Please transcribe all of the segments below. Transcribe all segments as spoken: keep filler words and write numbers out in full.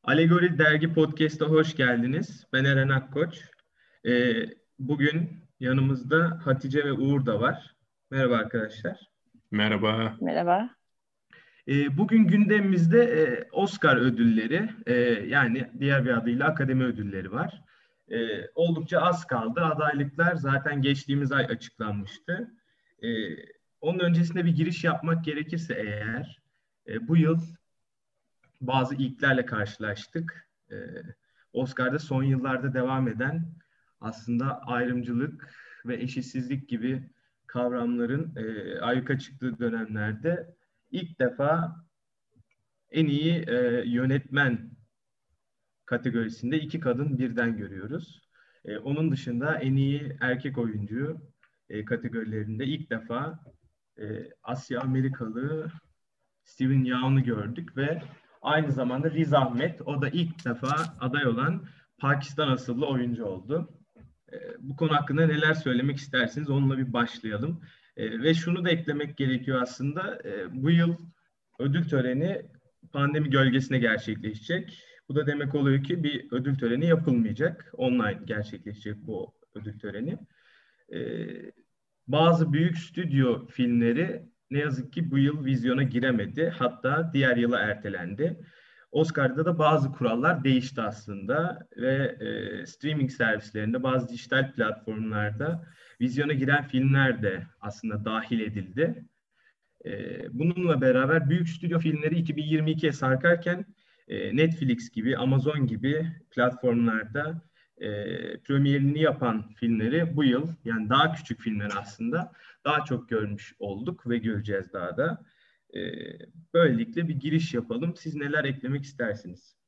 Alegori Dergi Podcast'a hoş geldiniz. Ben Eren Akkoç. Ee, bugün yanımızda Hatice ve Uğur da var. Merhaba arkadaşlar. Merhaba. Merhaba. Ee, bugün gündemimizde e, Oscar ödülleri, e, yani diğer bir adıyla Akademi ödülleri var. E, oldukça az kaldı. Adaylıklar zaten geçtiğimiz ay açıklanmıştı. E, onun öncesinde bir giriş yapmak gerekirse eğer, e, bu yıl bazı ilklerle karşılaştık. Ee, Oscar'da son yıllarda devam eden aslında ayrımcılık ve eşitsizlik gibi kavramların e, ayyuka çıktığı dönemlerde ilk defa en iyi e, yönetmen kategorisinde iki kadın birden görüyoruz. E, onun dışında en iyi erkek oyuncu e, kategorilerinde ilk defa e, Asya Amerikalı Steven Yeun'u gördük ve aynı zamanda Riz Ahmed, o da ilk defa aday olan Pakistan asıllı oyuncu oldu. E, bu konu hakkında neler söylemek istersiniz? Onunla bir başlayalım. E, ve şunu da eklemek gerekiyor aslında. E, bu yıl ödül töreni pandemi gölgesine gerçekleşecek. Bu da demek oluyor ki bir ödül töreni yapılmayacak. Online gerçekleşecek bu ödül töreni. E, bazı büyük stüdyo filmleri ne yazık ki bu yıl vizyona giremedi. Hatta diğer yıla ertelendi. Oscar'da da bazı kurallar değişti aslında ve e, streaming servislerinde, bazı dijital platformlarda vizyona giren filmler de aslında dahil edildi. E, bununla beraber büyük stüdyo filmleri iki bin yirmi ikiye sarkarken e, Netflix gibi, Amazon gibi platformlarda e, premierini yapan filmleri bu yıl, yani daha küçük filmler aslında daha çok görmüş olduk ve göreceğiz daha da. E, böylelikle bir giriş yapalım. Siz neler eklemek istersiniz?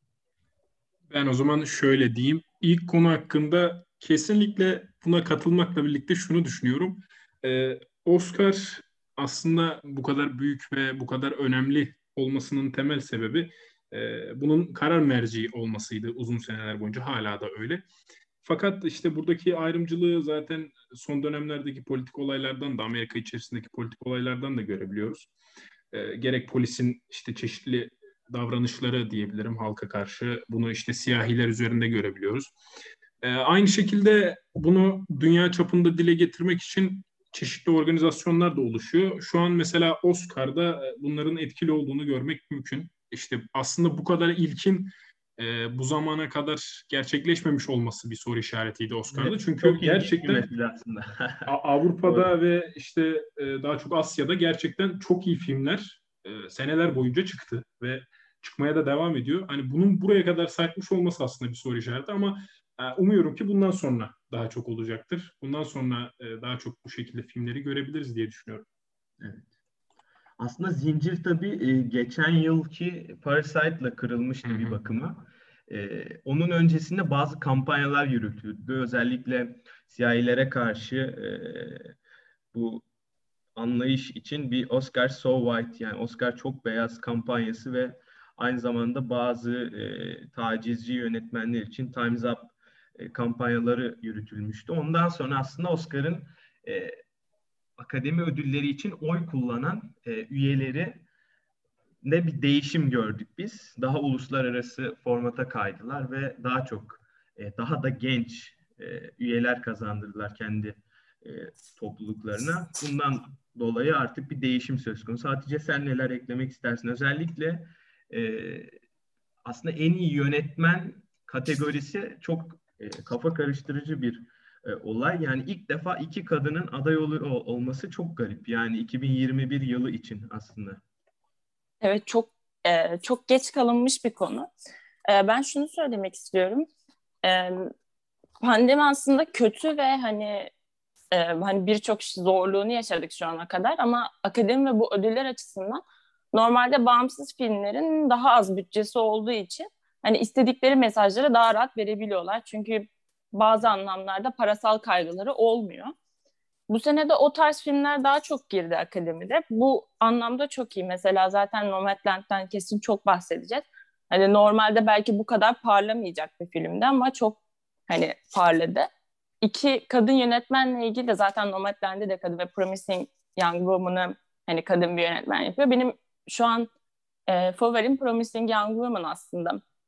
Ben o zaman şöyle diyeyim. İlk konu hakkında kesinlikle buna katılmakla birlikte şunu düşünüyorum. Ee, Oscar aslında bu kadar büyük ve bu kadar önemli olmasının temel sebebi e, bunun karar merci olmasıydı uzun seneler boyunca. Hala da öyle. Fakat işte buradaki ayrımcılığı zaten son dönemlerdeki politik olaylardan da Amerika içerisindeki politik olaylardan da görebiliyoruz. E, gerek polisin işte çeşitli davranışları diyebilirim halka karşı. Bunu işte siyahiler üzerinde görebiliyoruz. E, aynı şekilde bunu dünya çapında dile getirmek için çeşitli organizasyonlar da oluşuyor. Şu an mesela Oscar'da bunların etkili olduğunu görmek mümkün. İşte aslında bu kadar ilkin e, bu zamana kadar gerçekleşmemiş olması bir soru işaretiydi Evet, Oscar'da. Çünkü çok ilginç bir gerçekten mesele aslında. Doğru. Avrupa'da ve işte e, daha çok Asya'da gerçekten çok iyi filmler e, seneler boyunca çıktı ve çıkmaya da devam ediyor. Hani bunun buraya kadar sarkmış olması aslında bir soru işareti ama e, umuyorum ki bundan sonra daha çok olacaktır. Bundan sonra e, daha çok bu şekilde filmleri görebiliriz diye düşünüyorum. Evet. Aslında zincir tabii e, geçen yılki Parasite'la Hı kırılmıştı bir hı. bakıma. E, onun öncesinde bazı kampanyalar yürütüldü. Özellikle siyahilere karşı e, bu anlayış için bir Oscar So White, yani Oscar çok beyaz kampanyası ve aynı zamanda bazı e, tacizci yönetmenler için Time's Up e, kampanyaları yürütülmüştü. Ondan sonra aslında Oscar'ın e, akademi ödülleri için oy kullanan e, üyeleri ne bir değişim gördük biz. Daha uluslararası formata kaydılar ve daha çok e, daha da genç e, üyeler kazandırdılar kendi e, topluluklarına. Bundan dolayı artık bir değişim söz konusu. Hatice, sen neler eklemek istersin? Özellikle e, aslında en iyi yönetmen kategorisi çok e, kafa karıştırıcı bir e, olay. Yani ilk defa iki kadının aday ol- olması çok garip. Yani iki bin yirmi bir yılı için aslında. Evet, çok e, çok geç kalınmış bir konu. E, ben şunu söylemek istiyorum. E, Pandemi aslında kötü ve hani e, hani birçok zorluğunu yaşadık şu ana kadar ama akademi ve bu ödüller açısından normalde bağımsız filmlerin daha az bütçesi olduğu için hani istedikleri mesajları daha rahat verebiliyorlar. Çünkü bazı anlamlarda parasal kaygıları olmuyor. Bu sene de o tarz filmler daha çok girdi akademide. Bu anlamda çok iyi. Mesela zaten Nomadland'den kesin çok bahsedeceğiz. Hani normalde belki bu kadar parlamayacak bir filmdi ama çok hani parladı. İki kadın yönetmenle ilgili de zaten Nomadland'de de kadın ve Promising Young Woman'ı hani kadın bir yönetmen yapıyor. Benim şu an e, favorim Promising Young Woman aslında.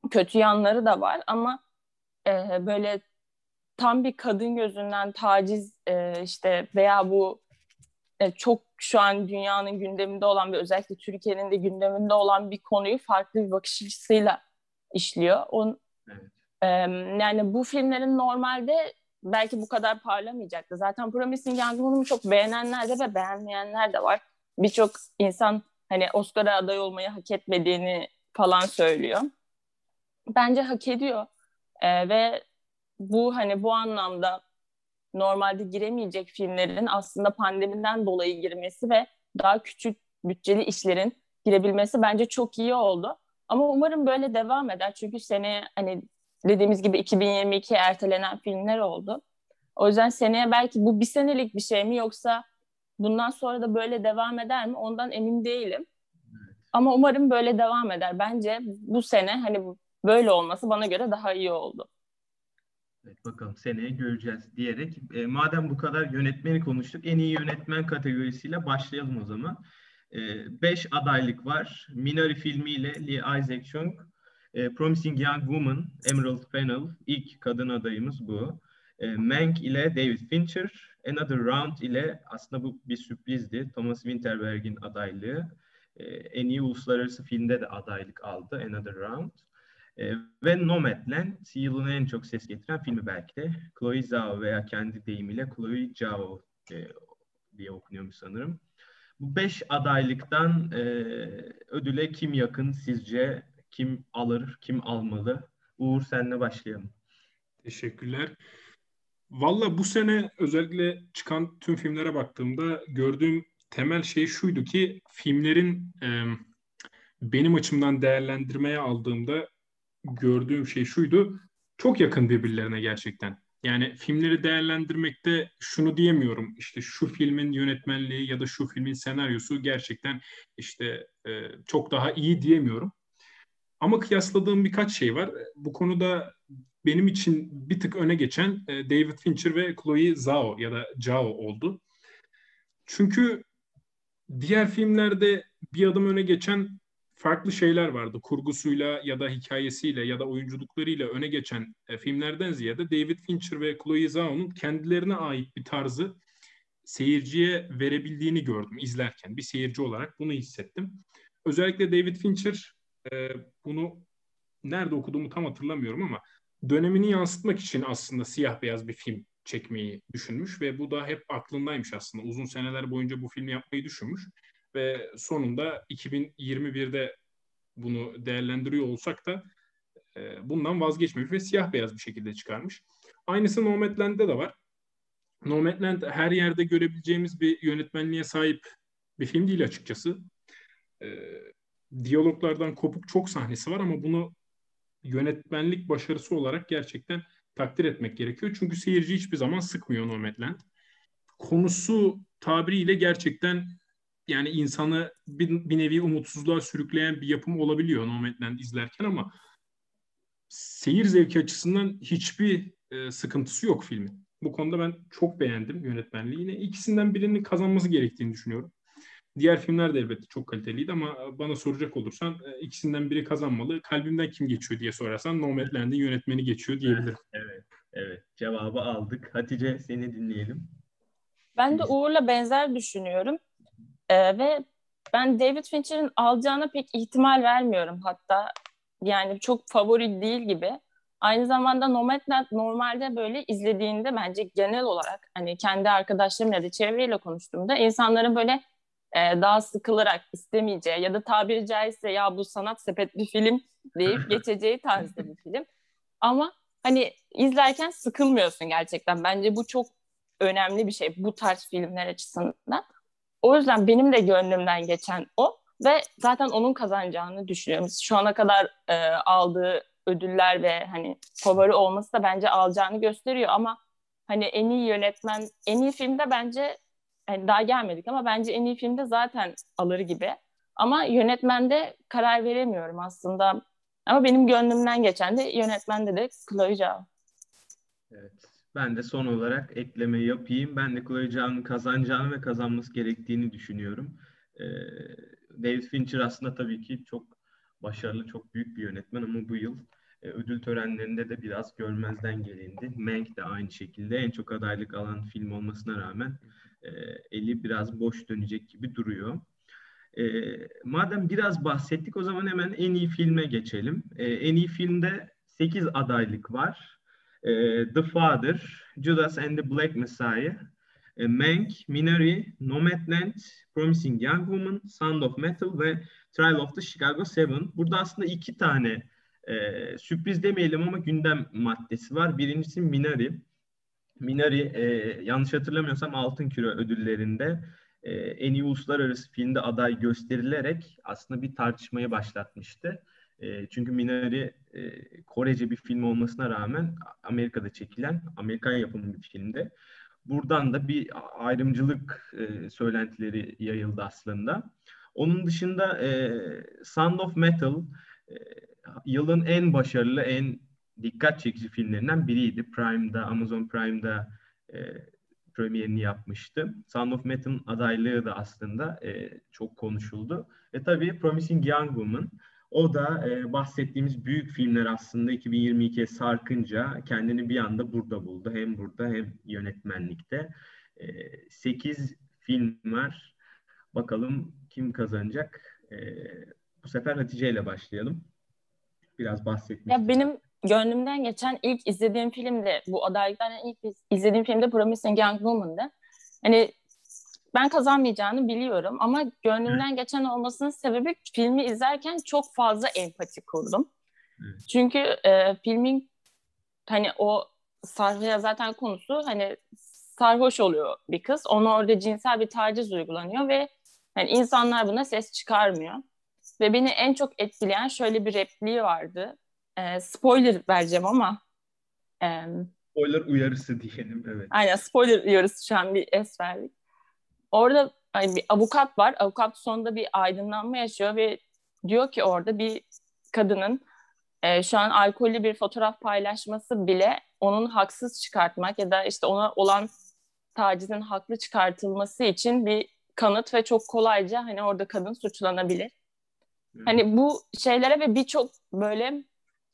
kötü yanları da var ama e, böyle tam bir kadın gözünden taciz e, işte veya bu e, çok şu an dünyanın gündeminde olan ve özellikle Türkiye'nin de gündeminde olan bir konuyu farklı bir bakış açısıyla işliyor. On, Evet. e, yani bu filmlerin normalde belki bu kadar parlamayacaktı. Zaten Promising Young Woman'ı çok beğenenler de ve beğenmeyenler de var. Birçok insan hani Oscar'a aday olmayı hak etmediğini falan söylüyor. Bence hak ediyor. E, ve bu hani bu anlamda normalde giremeyecek filmlerin aslında pandemiden dolayı girmesi ve daha küçük bütçeli işlerin girebilmesi bence çok iyi oldu. Ama umarım böyle devam eder. Çünkü sene hani dediğimiz gibi iki bin yirmi ikiye ertelenen filmler oldu. O yüzden seneye belki bu bir senelik bir şey mi yoksa bundan sonra da böyle devam eder mi? Ondan emin değilim. Ama umarım böyle devam eder. Bence bu sene hani böyle olması bana göre daha iyi oldu. Evet, bakalım seneye göreceğiz diyerek e, madem bu kadar yönetmeni konuştuk, en iyi yönetmen kategorisiyle başlayalım o zaman. E, beş adaylık var. Minari filmiyle Lee Isaac Chung, e, Promising Young Woman, Emerald Fennell, ilk kadın adayımız bu. E, Mank ile David Fincher, Another Round ile aslında bu bir sürprizdi, Thomas Winterberg'in adaylığı. E, en iyi uluslararası filmde de adaylık aldı Another Round. E, ve Nomadland, yılın en çok ses getiren filmi belki de. Chloe Zhao veya kendi deyimiyle Chloe Zhao e, diye okunuyormuş sanırım. Bu beş adaylıktan e, ödüle kim yakın sizce? Kim alır, kim almalı? Uğur, senle başlayalım. Teşekkürler. Valla bu sene özellikle çıkan tüm filmlere baktığımda gördüğüm temel şey şuydu ki filmlerin e, benim açımdan değerlendirmeye aldığımda gördüğüm şey şuydu. Çok yakın birbirlerine gerçekten. Yani filmleri değerlendirmekte şunu diyemiyorum. İşte şu filmin yönetmenliği ya da şu filmin senaryosu gerçekten işte e, çok daha iyi diyemiyorum. Ama kıyasladığım birkaç şey var. Bu konuda benim için bir tık öne geçen e, David Fincher ve Chloe Zhao ya da Zhao oldu. Çünkü diğer filmlerde bir adım öne geçen farklı şeyler vardı. Kurgusuyla ya da hikayesiyle ya da oyunculuklarıyla öne geçen e, filmlerden ziyade David Fincher ve Chloe Zhao'nun kendilerine ait bir tarzı seyirciye verebildiğini gördüm izlerken. Bir seyirci olarak bunu hissettim. Özellikle David Fincher e, bunu nerede okuduğumu tam hatırlamıyorum ama dönemini yansıtmak için aslında siyah beyaz bir film çekmeyi düşünmüş ve bu da hep aklındaymış aslında. Uzun seneler boyunca bu filmi yapmayı düşünmüş ve sonunda iki bin yirmi birde bunu değerlendiriyor olsak da e, bundan vazgeçmemiş ve siyah beyaz bir şekilde çıkarmış. Aynısı Nomadland'de de var. Nomadland her yerde görebileceğimiz bir yönetmenliğe sahip bir film değil açıkçası. E, diyaloglardan kopuk çok sahnesi var ama bunu yönetmenlik başarısı olarak gerçekten takdir etmek gerekiyor. Çünkü seyirci hiçbir zaman sıkmıyor Nomadland. Konusu tabiriyle gerçekten yani insanı bir, bir nevi umutsuzluğa sürükleyen bir yapım olabiliyor Nomadland izlerken ama seyir zevki açısından hiçbir e, sıkıntısı yok filmin. Bu konuda ben çok beğendim yönetmenliğini. İkisinden birinin kazanması gerektiğini düşünüyorum. Diğer filmler de elbette çok kaliteliydi ama bana soracak olursan e, ikisinden biri kazanmalı. Kalbimden kim geçiyor diye sorarsan Nomadland'in yönetmeni geçiyor diyebilirim. Evet, evet. Cevabı aldık. Hatice, seni dinleyelim. Ben de Uğur'la benzer düşünüyorum. Ee, ve ben David Fincher'in alacağına pek ihtimal vermiyorum hatta. Yani çok favori değil gibi. Aynı zamanda Nomadland normalde böyle izlediğinde bence genel olarak hani kendi arkadaşlarımla ya da çevreyle konuştuğumda insanların böyle e, daha sıkılarak istemeyeceği ya da tabiri caizse ya bu sanat sepet bir film deyip geçeceği tarzda bir film. Ama hani izlerken sıkılmıyorsun gerçekten. Bence bu çok önemli bir şey bu tarz filmler açısından. O yüzden benim de gönlümden geçen o ve zaten onun kazanacağını düşünüyorum. Şu ana kadar e, aldığı ödüller ve hani favori olması da bence alacağını gösteriyor ama hani en iyi yönetmen, en iyi filmde bence hani daha gelmedik ama bence en iyi filmde zaten alır gibi. Ama yönetmende karar veremiyorum aslında. Ama benim gönlümden geçen de yönetmende de Chloe Zhao. Evet. Ben de son olarak ekleme yapayım. Ben de Chloe Zhao'nun kazanacağını ve kazanması gerektiğini düşünüyorum. Ee, David Fincher aslında tabii ki çok başarılı, çok büyük bir yönetmen ama bu yıl e, ödül törenlerinde de biraz görmezden gelindi. Mank de aynı şekilde en çok adaylık alan film olmasına rağmen e, eli biraz boş dönecek gibi duruyor. E, madem biraz bahsettik o zaman hemen en iyi filme geçelim. E, en iyi filmde sekiz adaylık var. E, The Father, Judas and the Black Messiah, e, Mank, Minari, Nomadland, Promising Young Woman, Sound of Metal ve Trial of the Chicago Seven. Burada aslında iki tane e, sürpriz demeyelim ama gündem maddesi var. Birincisi Minari. Minari e, yanlış hatırlamıyorsam Altın Küre ödüllerinde e, en iyi uluslararası filmde aday gösterilerek aslında bir tartışmayı başlatmıştı. E, çünkü Minari e, Korece bir film olmasına rağmen Amerika'da çekilen, Amerikan yapımı bir filmdi. Buradan da bir ayrımcılık e, söylentileri yayıldı aslında. Onun dışında e, Sound of Metal e, yılın en başarılı, en dikkat çekici filmlerinden biriydi. Prime'da, Amazon Prime'da e, premierini yapmıştı. Sound of Metal'ın adaylığı da aslında e, çok konuşuldu. Ve tabii Promising Young Woman. O da e, bahsettiğimiz büyük filmler aslında iki bin yirmi ikiye sarkınca kendini bir anda burada buldu. Hem burada hem yönetmenlikte. E, sekiz film var. Bakalım kim kazanacak? E, bu sefer Hatice ile başlayalım. Biraz Ya bahsetmiştim. benim gönlümden geçen ilk izlediğim film de bu adaylıklardan ilk izlediğim film de Promising Young Woman'dı. Hani ben kazanmayacağını biliyorum ama gönlümden geçen olmasının sebebi filmi izlerken çok fazla empati kurdum. Evet. Çünkü e, filmin hani o sarhoş zaten konusu hani sarhoş oluyor bir kız. Ona orada cinsel bir taciz uygulanıyor ve hani insanlar buna ses çıkarmıyor. Ve beni en çok etkileyen şöyle bir repliği vardı. E, spoiler vereceğim ama e, Spoiler uyarısı diyelim, evet. aynen spoiler diyoruz şu an bir es verdik. Orada hani bir avukat var. Avukat sonunda bir aydınlanma yaşıyor ve diyor ki orada bir kadının e, şu an alkollü bir fotoğraf paylaşması bile onun haksız çıkartmak ya da işte ona olan tacizin haklı çıkartılması için bir kanıt ve çok kolayca hani orada kadın suçlanabilir. Evet. Hani bu şeylere ve birçok böyle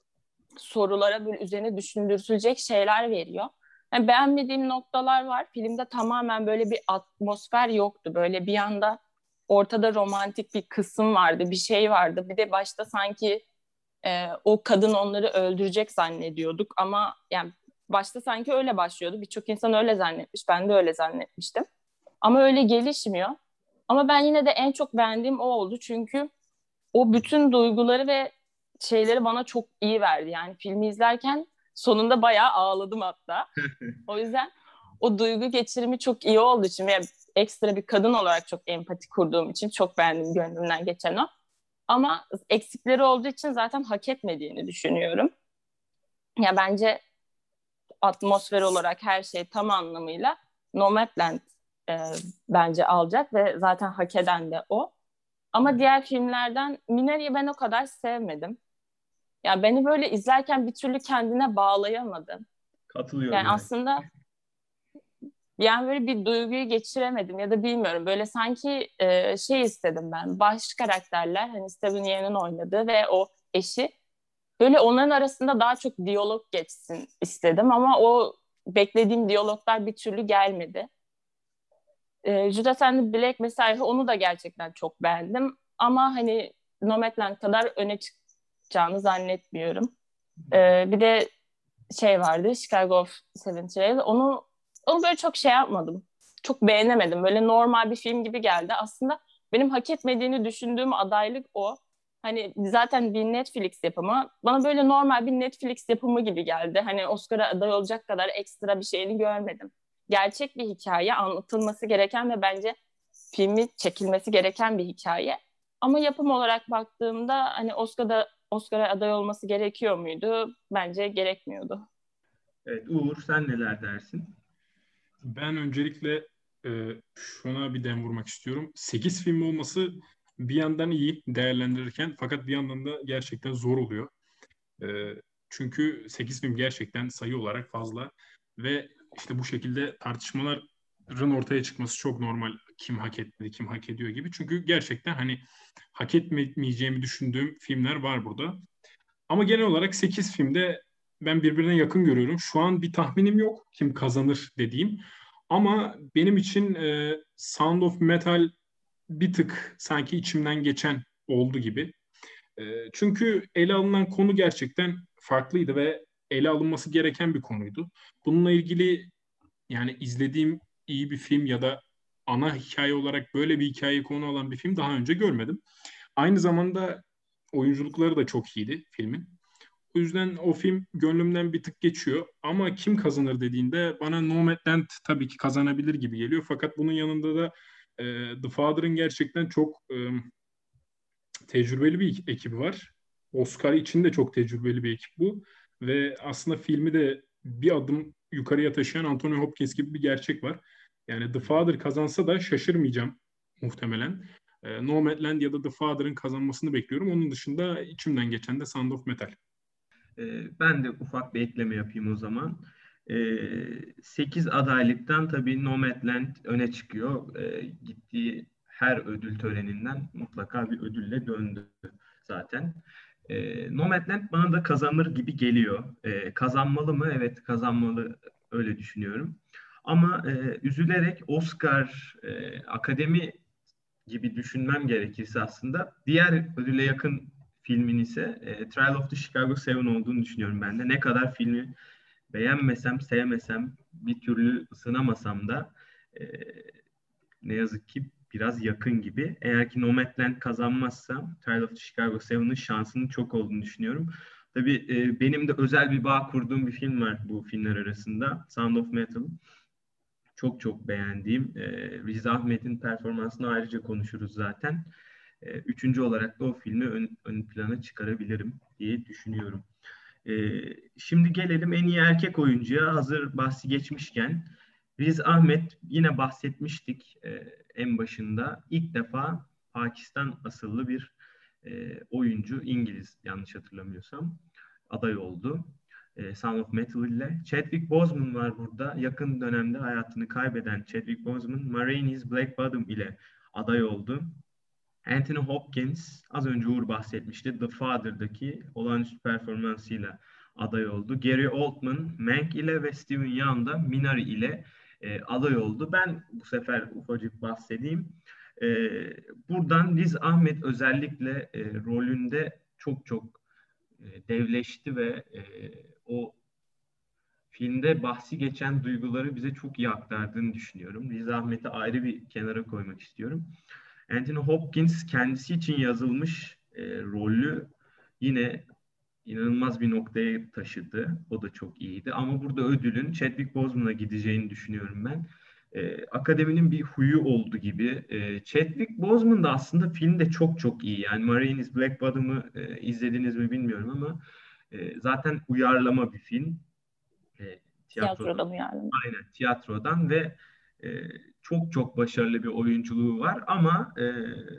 sorulara böyle üzerine düşündürtülecek şeyler veriyor. Yani beğenmediğim noktalar var. Filmde tamamen böyle bir atmosfer yoktu. Böyle bir anda ortada romantik bir kısım vardı, bir şey vardı. Bir de başta sanki e, o kadın onları öldürecek zannediyorduk ama yani başta sanki öyle başlıyordu. Birçok insan öyle zannetmiş. Ben de öyle zannetmiştim. Ama öyle gelişmiyor. Ama ben yine de en çok beğendiğim o oldu. Çünkü o bütün duyguları ve şeyleri bana çok iyi verdi. Yani filmi izlerken sonunda bayağı ağladım hatta. O yüzden o duygu geçirimi çok iyi olduğu için ve ekstra bir kadın olarak çok empati kurduğum için çok beğendim gönlümden geçen o. Ama eksikleri olduğu için zaten hak etmediğini düşünüyorum. Ya bence atmosfer olarak her şey tam anlamıyla Nomadland e, bence alacak ve zaten hak eden de o. Ama diğer filmlerden Minari'yi ben o kadar sevmedim. Yani beni böyle izlerken bir türlü kendine bağlayamadım. Katılıyorum, Yani evet. aslında yani böyle bir duyguyu geçiremedim ya da bilmiyorum. Böyle sanki e, şey istedim ben. Baş karakterler hani Steven Yeun'un oynadığı ve o eşi böyle onların arasında daha çok diyalog geçsin istedim ama o beklediğim diyaloglar bir türlü gelmedi. E, Judas and the Black mesela onu da gerçekten çok beğendim. Ama hani Nomadland kadar öne çıkacağını zannetmiyorum. E, bir de şey vardı Chicago of Seven Trails. Onu, onu böyle çok şey yapmadım. Çok beğenemedim. Böyle normal bir film gibi geldi. Aslında benim hak etmediğini düşündüğüm adaylık o. Hani zaten bir Netflix yapımı. Bana böyle normal bir Netflix yapımı gibi geldi. Hani Oscar'a aday olacak kadar ekstra bir şeyini görmedim. Gerçek bir hikaye, anlatılması gereken ve bence filmi çekilmesi gereken bir hikaye. Ama yapım olarak baktığımda hani Oscar'da Oscar'a aday olması gerekiyor muydu? Bence gerekmiyordu. Evet, Uğur sen neler dersin? Ben öncelikle e, şuna bir dem vurmak istiyorum. Sekiz film olması bir yandan iyi değerlendirirken fakat bir yandan da gerçekten zor oluyor. E, çünkü sekiz film gerçekten sayı olarak fazla ve işte bu şekilde tartışmaların ortaya çıkması çok normal. kim hak etmedi, kim hak ediyor gibi. Çünkü gerçekten hani hak etmeyeceğimi düşündüğüm filmler var burada. Ama genel olarak sekiz filmde ben birbirine yakın görüyorum. Şu an bir tahminim yok kim kazanır dediğim. Ama benim için e, Sound of Metal bir tık sanki içimden geçen oldu gibi. E, çünkü ele alınan konu gerçekten farklıydı ve ele alınması gereken bir konuydu. Bununla ilgili yani izlediğim iyi bir film ya da ana hikaye olarak böyle bir hikayeyi konu alan bir film daha önce görmedim. Aynı zamanda oyunculukları da çok iyiydi filmin. O yüzden o film gönlümden bir tık geçiyor. Ama kim kazanır dediğinde bana Nomadland tabii ki kazanabilir gibi geliyor. Fakat bunun yanında da e, The Father'ın gerçekten çok e, tecrübeli bir ekibi var. Oscar için de çok tecrübeli bir ekip bu. Ve aslında filmi de bir adım yukarıya taşıyan Anthony Hopkins gibi bir gerçek var. Yani The Father kazansa da şaşırmayacağım muhtemelen. E, Nomadland ya da The Father'ın kazanmasını bekliyorum. Onun dışında içimden geçen de Sound of Metal. Ben de ufak bir ekleme yapayım o zaman. sekiz adaylıktan tabii Nomadland öne çıkıyor. Gittiği her ödül töreninden mutlaka bir ödülle döndü zaten. Nomadland bana da kazanır gibi geliyor. Kazanmalı mı? Evet, kazanmalı, öyle düşünüyorum. Ama üzülerek Oscar, Akademi gibi düşünmem gerekirse aslında diğer ödüle yakın filmin ise e, Trial of the Chicago Seven olduğunu düşünüyorum ben de. Ne kadar filmi beğenmesem, sevmesem, bir türlü ısınamasam da e, ne yazık ki biraz yakın gibi. Eğer ki Nomadland kazanmazsa Trial of the Chicago Seven'ın şansının çok olduğunu düşünüyorum. Tabii e, benim de özel bir bağ kurduğum bir film var bu filmler arasında. Sound of Metal. Çok çok beğendiğim. E, Riz Ahmed'in performansını ayrıca konuşuruz zaten. E, üçüncü olarak da o filmi ön, ön plana çıkarabilirim diye düşünüyorum. E, şimdi gelelim en iyi erkek oyuncuya. Hazır bahsi geçmişken Riz Ahmed, yine bahsetmiştik e, en başında. İlk defa Pakistan asıllı bir e, oyuncu, İngiliz yanlış hatırlamıyorsam, aday oldu. E, Sound of Metal ile. Chadwick Boseman var burada. Yakın dönemde hayatını kaybeden Chadwick Boseman, Ma Rainey's Black Bottom ile aday oldu. Anthony Hopkins, az önce Uğur bahsetmişti, The Father'daki olağanüstü performansıyla aday oldu. Gary Oldman, Mank ile ve Steven Yeun da Minari ile e, aday oldu. Ben bu sefer ufacık bahsedeyim. E, buradan Riz Ahmed özellikle e, rolünde çok çok e, devleşti ve e, o filmde bahsi geçen duyguları bize çok iyi aktardığını düşünüyorum. Riz Ahmet'i ayrı bir kenara koymak istiyorum. Anthony Hopkins kendisi için yazılmış e, rolü yine inanılmaz bir noktaya taşıdı. O da çok iyiydi. Ama burada ödülün Chadwick Boseman'a gideceğini düşünüyorum ben. E, akademinin bir huyu oldu gibi. E, Chadwick Boseman da aslında filmde çok çok iyi. Yani Ma Rainey's Black Bottom'ı e, izlediniz mi bilmiyorum ama e, zaten uyarlama bir film. E, tiyatrodan. Tiyatrodan uyarlama. Aynen, tiyatrodan ve e, çok çok başarılı bir oyunculuğu var ama e,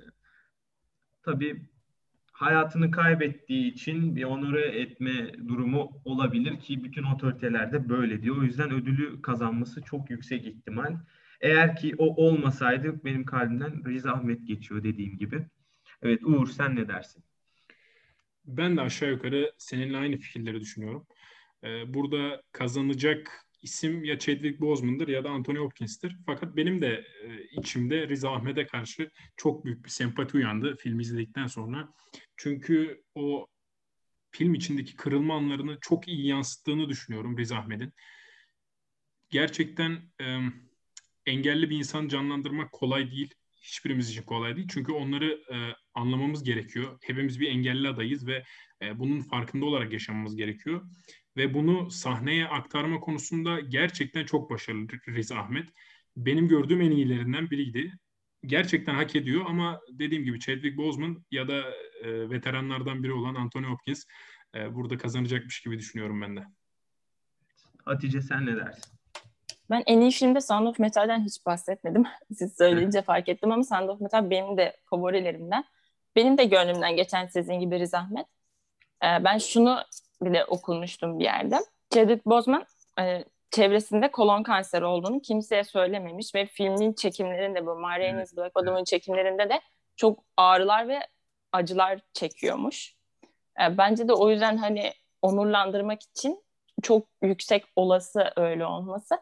tabii hayatını kaybettiği için bir onore etme durumu olabilir ki bütün otoriteler de böyle diyor. O yüzden ödülü kazanması çok yüksek ihtimal. Eğer ki o olmasaydı benim kalbimden Riz Ahmed geçiyor dediğim gibi. Evet Uğur, sen ne dersin? Ben de aşağı yukarı seninle aynı fikirleri düşünüyorum. Ee, burada kazanacak isim ya Chadwick Boseman'dır ya da Anthony Hopkins'tir. Fakat benim de e, içimde Riz Ahmed'e karşı çok büyük bir sempati uyandı filmi izledikten sonra. Çünkü o film içindeki kırılma anlarını çok iyi yansıttığını düşünüyorum Riz Ahmed'in. Gerçekten e, engelli bir insan canlandırmak kolay değil. Hiçbirimiz için kolay değil. Çünkü onları e, anlamamız gerekiyor. Hepimiz bir engelli adayız ve e, bunun farkında olarak yaşamamız gerekiyor. Ve bunu sahneye aktarma konusunda gerçekten çok başarılı Riz Ahmed. Benim gördüğüm en iyilerinden biriydi. Gerçekten hak ediyor ama dediğim gibi Chadwick Boseman ya da e, veteranlardan biri olan Anthony Hopkins e, burada kazanacakmış gibi düşünüyorum ben de. Hatice, sen ne dersin? Ben en iyi filmde Sound of Metal'den hiç bahsetmedim. Siz söyleyince fark ettim ama Sound of Metal benim de favorilerimden. Benim de gönlümden geçen sizin gibi Riz Ahmed. Ee, ben şunu bile okumuştum bir yerde. Chadwick Boseman e, çevresinde kolon kanseri olduğunu kimseye söylememiş ve filmin çekimlerinde, bu My Name Evet, is Black adamın evet. çekimlerinde de çok ağrılar ve acılar çekiyormuş. E, bence de o yüzden hani onurlandırmak için çok yüksek olası öyle olması.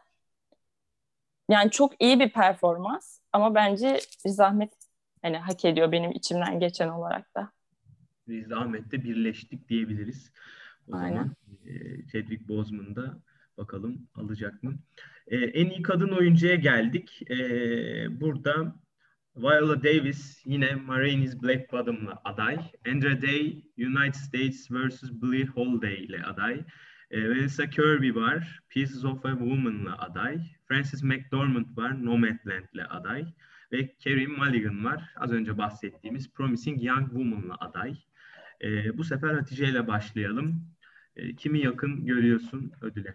Yani çok iyi bir performans ama bence bir zahmet hani hak ediyor benim içimden geçen olarak da. Biz de Ahmet'le birleştik diyebiliriz. O Aynen. zaman e, Chadwick Boseman da bakalım alacak mı? E, en iyi kadın oyuncuya geldik. E, burada Viola Davis yine Ma Rainey's Black Bottom'la aday. Andra Day United States versus. Billie Holiday ile aday. E, Vanessa Kirby var. Pieces of a Woman'la aday. Frances McDormand var. Nomadland ile aday. Ve Carey Mulligan var. Az önce bahsettiğimiz Promising Young Woman'la aday. E, bu sefer Hatice ile başlayalım. E, kimi yakın görüyorsun ödüle?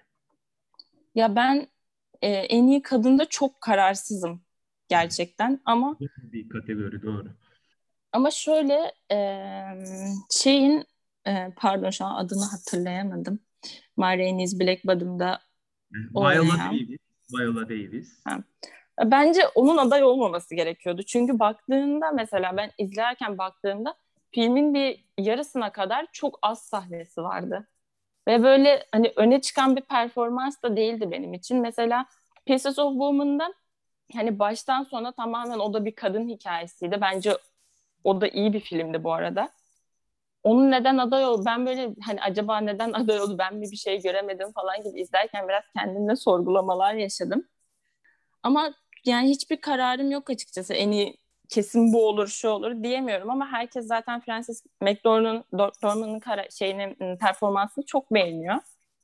Ya ben e, en iyi kadında çok kararsızım gerçekten ama Bir kategori doğru. ama şöyle e, şeyin e, pardon şu an adını hatırlayamadım. My Name is Black Bottom'da Viola oynayan. Davis. Viola Davis. Ha. Bence onun aday olmaması gerekiyordu. Çünkü baktığında mesela ben izlerken baktığımda filmin bir yarısına kadar çok az sahnesi vardı. Ve böyle hani öne çıkan bir performans da değildi benim için. Mesela Pieces of Woman'da hani baştan sona tamamen o da bir kadın hikayesiydi. Bence o da iyi bir filmdi bu arada. Onun neden aday oldu? Ben böyle hani acaba neden aday oldu? Ben mi bir şey göremedim falan gibi izlerken biraz kendimle sorgulamalar yaşadım. Ama yani hiçbir kararım yok açıkçası. En iyi kesin bu olur, şu olur diyemiyorum ama herkes zaten Frances McDormand'ın Dorman'ın kara, şeyini performansını çok beğeniyor.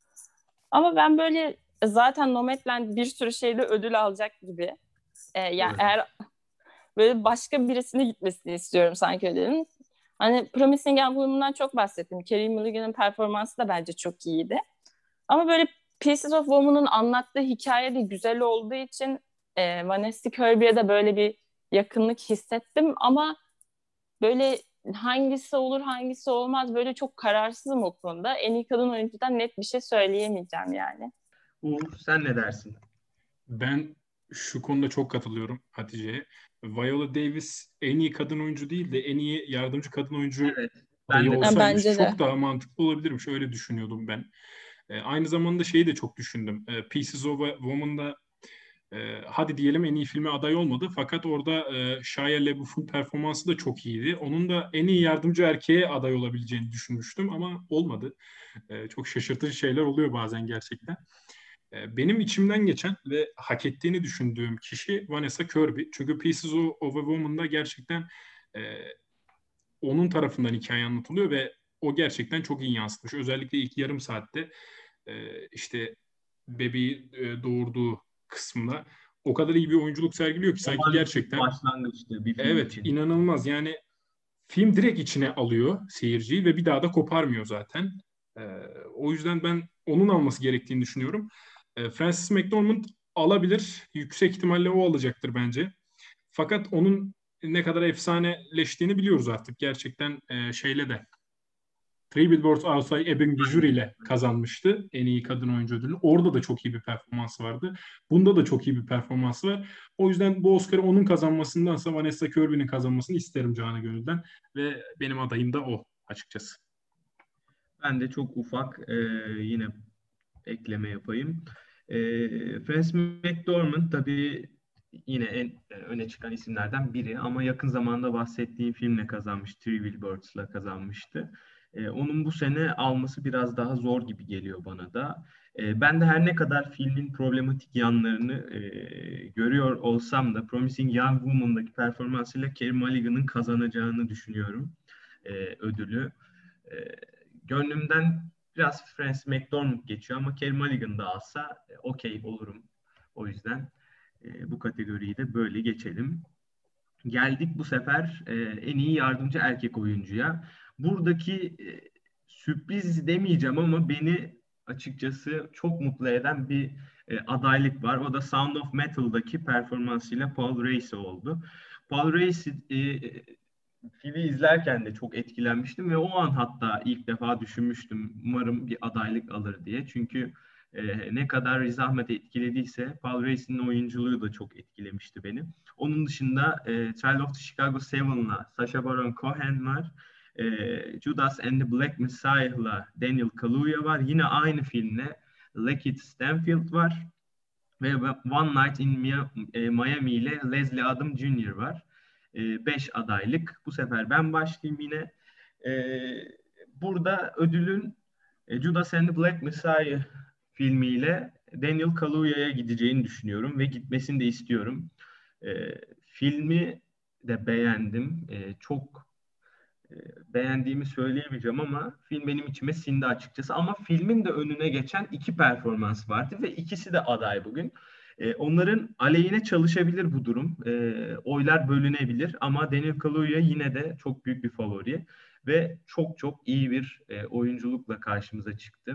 Ama ben böyle zaten Nomadland bir sürü şeyle ödül alacak gibi. Ee, yani Doğru. eğer böyle başka birisine gitmesini istiyorum sanki ödülün. Hani Promising Young Woman'dan çok bahsettim. Carey Mulligan'ın performansı da bence çok iyiydi. Ama böyle Pieces of Woman'ın anlattığı hikaye de güzel olduğu için e, Vanessa Kirby'ye de böyle bir yakınlık hissettim ama böyle hangisi olur hangisi olmaz böyle çok kararsızım o konuda. En iyi kadın oyuncudan net bir şey söyleyemeyeceğim yani. Uğur sen ne dersin? Ben şu konuda çok katılıyorum Hatice'ye. Viola Davis en iyi kadın oyuncu değil de en iyi yardımcı kadın oyuncu Evet. Ben adayı de Ha, olsaymış bence de. çok daha mantıklı olabilirmiş. Öyle düşünüyordum ben. E, aynı zamanda şeyi de çok düşündüm. E, Pieces of a Woman'da e, hadi diyelim en iyi filme aday olmadı. Fakat orada e, Shia LaBeouf'un performansı da çok iyiydi. Onun da en iyi yardımcı erkeğe aday olabileceğini düşünmüştüm ama olmadı. E, çok şaşırtıcı şeyler oluyor bazen gerçekten. E, Benim içimden geçen ve hak ettiğini düşündüğüm kişi Vanessa Kirby. Çünkü Pieces of a Woman'da gerçekten e, onun tarafından hikaye anlatılıyor ve o gerçekten çok iyi yansıtmış. Özellikle ilk yarım saatte e, işte bebeği e, doğurduğu kısmında o kadar iyi bir oyunculuk sergiliyor ki sanki Olağanüstü bir gerçekten başlangıçtı bir film evet için. inanılmaz yani film direkt içine alıyor seyirciyi ve bir daha da koparmıyor zaten. E, O yüzden ben onun alması gerektiğini düşünüyorum. E, Frances McDormand alabilir. Yüksek ihtimalle o alacaktır bence. Fakat onun ne kadar efsaneleştiğini biliyoruz artık. Gerçekten e, şeyle de Three Billboards Outside Ebbing, Missouri ile kazanmıştı en iyi kadın oyuncu ödülünü. Orada da çok iyi bir performans vardı. Bunda da çok iyi bir performans var. O yüzden bu Oscar'ı onun kazanmasındansa Vanessa Kirby'nin kazanmasını isterim canı gönülden. Ve benim adayım da o açıkçası. Ben de çok ufak e, yine ekleme yapayım. E, Frances McDormand tabii yine en e, öne çıkan isimlerden biri ama yakın zamanda bahsettiğim filmle kazanmış. Three Billboards'la kazanmıştı. E, onun bu sene alması biraz daha zor gibi geliyor bana da. E, ben de her ne kadar filmin problematik yanlarını e, görüyor olsam da Promising Young Woman'daki performansıyla Carey Mulligan'ın kazanacağını düşünüyorum e, ödülü. E, Gönlümden biraz Frances McDormand geçiyor ama Carey Mulligan da alsa e, okey olurum. O yüzden e, bu kategoriyi de böyle geçelim. Geldik bu sefer e, en iyi yardımcı erkek oyuncuya. Buradaki e, sürpriz demeyeceğim ama beni açıkçası çok mutlu eden bir e, adaylık var. O da Sound of Metal'daki performansıyla Paul Raci oldu. Paul Raci e, filmi izlerken de çok etkilenmiştim ve o an hatta ilk defa düşünmüştüm umarım bir adaylık alır diye. Çünkü e, ne kadar Riz Ahmed etkilediyse Paul Raci'nin oyunculuğu da çok etkilemişti beni. Onun dışında e, Trial of the Chicago Seven'la Sacha Baron Cohen var. E, Judas and the Black Messiah'la Daniel Kaluuya var. Yine aynı filmle Lakeith Stanfield var. Ve One Night in Miami ile Leslie Odom Junior var. E, beş adaylık. Bu sefer ben başlayayım yine. E, burada ödülün e, Judas and the Black Messiah filmiyle Daniel Kaluuya'ya gideceğini düşünüyorum ve gitmesini de istiyorum. E, filmi de beğendim. E, çok e, beğendiğimi söyleyemeyeceğim ama film benim içime sindi açıkçası. Ama filmin de önüne geçen iki performans vardı ve ikisi de aday bugün. E, onların aleyhine çalışabilir bu durum. E, oylar bölünebilir ama Daniel Kaluuya yine de çok büyük bir favori ve çok çok iyi bir e, oyunculukla karşımıza çıktı.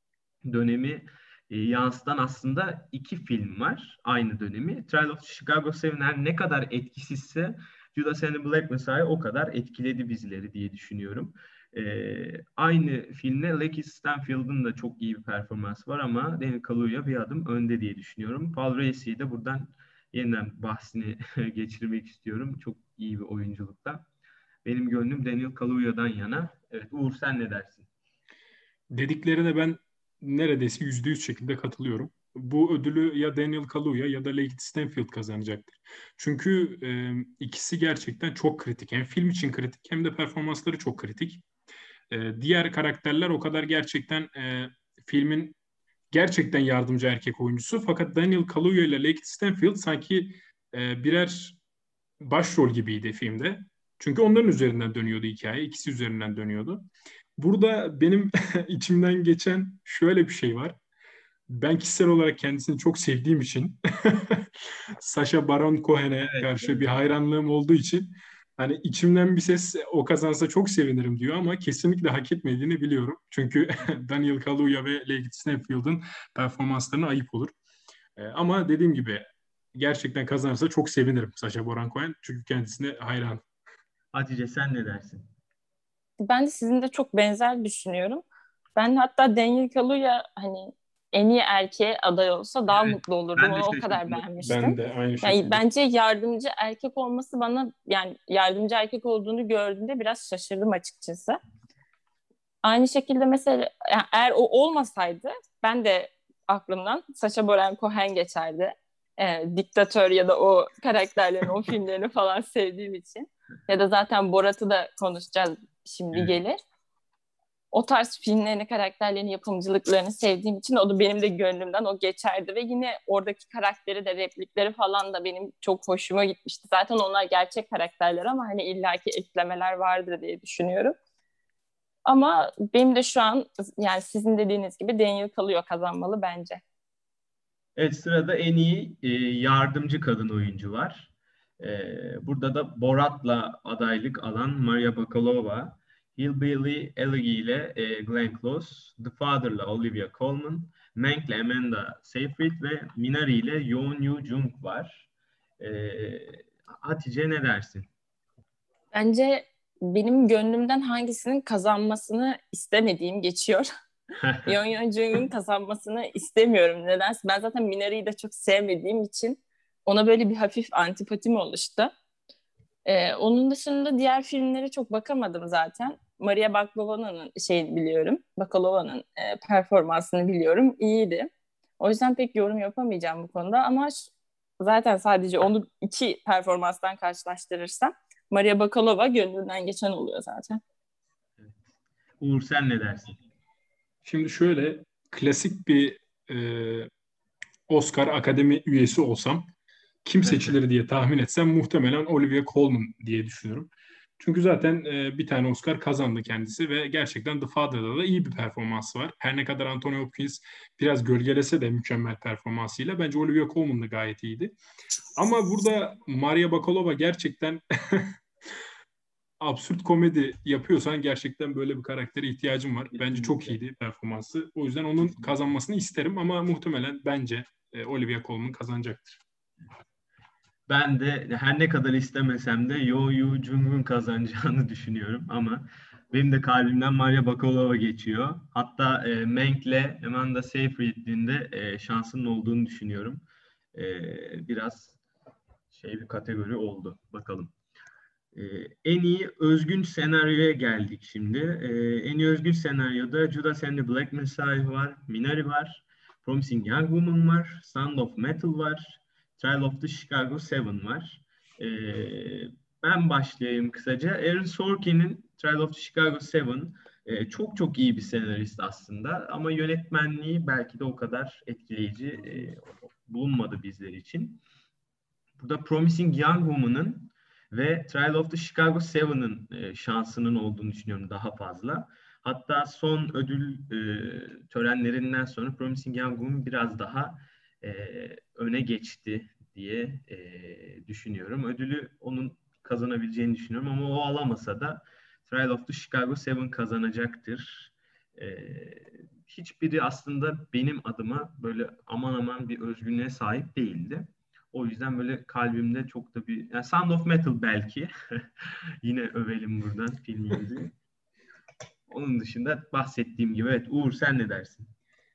Dönemi e, yansıtan aslında iki film var aynı dönemi. Trial of Chicago seven her ne kadar etkisizse Judas and the Black Messiah o kadar etkiledi bizleri diye düşünüyorum. Ee, aynı filmde Lakeith Stanfield'ın da çok iyi bir performansı var ama Daniel Kaluuya bir adım önde diye düşünüyorum. Paul Raci'yi de buradan yeniden bahsini geçirmek istiyorum. Çok iyi bir oyunculukta. Benim gönlüm Daniel Kaluuya'dan yana. Evet, Uğur sen ne dersin? Dediklerine ben neredeyse yüzde yüz şekilde katılıyorum. Bu ödülü ya Daniel Kaluuya ya da Lakeith Stanfield kazanacaktır. Çünkü e, ikisi gerçekten çok kritik. Hem film için kritik hem de performansları çok kritik. E, diğer karakterler o kadar gerçekten e, filmin gerçekten yardımcı erkek oyuncusu. Fakat Daniel Kaluuya ile Lakeith Stanfield sanki e, birer başrol gibiydi filmde. Çünkü onların üzerinden dönüyordu hikaye. İkisi üzerinden dönüyordu. Burada benim içimden geçen şöyle bir şey var. Ben kişisel olarak kendisini çok sevdiğim için Sacha Baron Cohen'e Evet, karşı evet. bir hayranlığım olduğu için hani içimden bir ses o kazansa çok sevinirim diyor ama kesinlikle hak etmediğini biliyorum. Çünkü Daniel Kaluuya ve Lakeith Stanfield'ın performanslarına ayıp olur. Ee, ama dediğim gibi gerçekten kazanırsa çok sevinirim Sacha Baron Cohen. Çünkü kendisine hayran. Hatice sen ne dersin? Ben de sizinle çok benzer düşünüyorum. Ben hatta Daniel Kaluuya hani en iyi erkeğe aday olsa daha Evet, mutlu olurdum. ben de Onu o kadar şaşırdım. Ben beğenmiştim. de aynı Yani şekilde. bence yardımcı erkek olması bana yani yardımcı erkek olduğunu gördüğümde biraz şaşırdım açıkçası. Aynı şekilde mesela yani eğer o olmasaydı ben de aklımdan Sacha Baron Cohen geçerdi. Ee, diktatör ya da o karakterlerin o filmlerini falan sevdiğim için. Ya da zaten Borat'ı da konuşacağız şimdi Evet. gelir. O tarz filmlerini, karakterlerin yapımcılıklarını sevdiğim için o da benim de gönlümden o geçerdi ve yine oradaki karakteri de replikleri falan da benim çok hoşuma gitmişti. Zaten onlar gerçek karakterler ama hani illaki eklemeler vardır diye düşünüyorum. Ama benim de şu an yani sizin dediğiniz gibi Daniel Kaluuya kazanmalı bence. Evet, sırada en iyi e, yardımcı kadın oyuncu var. E, burada da Borat'la adaylık alan Maria Bakalova, Hillbilly Elegy ile e, Glenn Close, The Father'la Olivia Colman, Mank'le Amanda Seyfried ve Minari ile Yeon Yoo Jung var. E, Hatice ne dersin? Bence benim gönlümden hangisinin kazanmasını istemediğim geçiyor. Yeon Yoo Jung'un kazanmasını istemiyorum. Nedense ben zaten Minari'yi de çok sevmediğim için ona böyle bir hafif antipatim oluştu. Ee, onun dışında diğer filmlere çok bakamadım zaten. Maria Baklova'nın şeyini biliyorum. Bakalova'nın e, performansını biliyorum. İyiydi. O yüzden pek yorum yapamayacağım bu konuda ama ş- zaten sadece onu iki performanstan karşılaştırırsam Maria Bakalova gönlünden geçen oluyor zaten. Uğur sen ne dersin? Şimdi şöyle klasik bir e, Oscar Akademi üyesi olsam kim seçilir diye tahmin etsem muhtemelen Olivia Colman diye düşünüyorum. Çünkü zaten e, bir tane Oscar kazandı kendisi ve gerçekten The Father'da da iyi bir performansı var. Her ne kadar Anthony Hopkins biraz gölgelese de mükemmel performansıyla bence Olivia Colman da gayet iyiydi. Ama burada Maria Bakalova gerçekten absürt komedi yapıyorsan gerçekten böyle bir karaktere ihtiyacım var. Bence çok Kesinlikle. iyiydi performansı. O yüzden onun kazanmasını isterim ama muhtemelen bence e, Olivia Colman kazanacaktır. Ben de her ne kadar istemesem de Yo Yoo Jung'un kazanacağını düşünüyorum ama Benim de kalbimden Maria Bakalova geçiyor. Hatta e, Mank'le Amanda Seyfried'in de e, şansının olduğunu düşünüyorum. E, biraz şey bir kategori oldu. Bakalım. E, en iyi özgün senaryoya geldik şimdi. E, en iyi özgün senaryoda Judas and the Black Messiah var, Minari var, Promising Young Woman var, Sound of Metal var, Trial of the Chicago Seven var. E, ben başlayayım kısaca. Aaron Sorkin'in Trial of the Chicago Seven e, çok çok iyi bir senarist aslında ama yönetmenliği belki de o kadar etkileyici e, bulunmadı bizler için. Burada Promising Young Woman'ın ve Trial of the Chicago Seven'ın e, şansının olduğunu düşünüyorum daha fazla. Hatta son ödül e, törenlerinden sonra Promising Young Woman biraz daha e, öne geçti diye e, düşünüyorum. Ödülü onun kazanabileceğini düşünüyorum ama o alamasa da Trial of the Chicago Seven kazanacaktır. E, hiçbiri aslında benim adıma böyle aman aman bir özgünlüğe sahip değildi. O yüzden böyle kalbimde çok da bir... Yani Sound of Metal belki. Yine övelim buradan filmimizi. Onun dışında bahsettiğim gibi evet. Uğur sen ne dersin?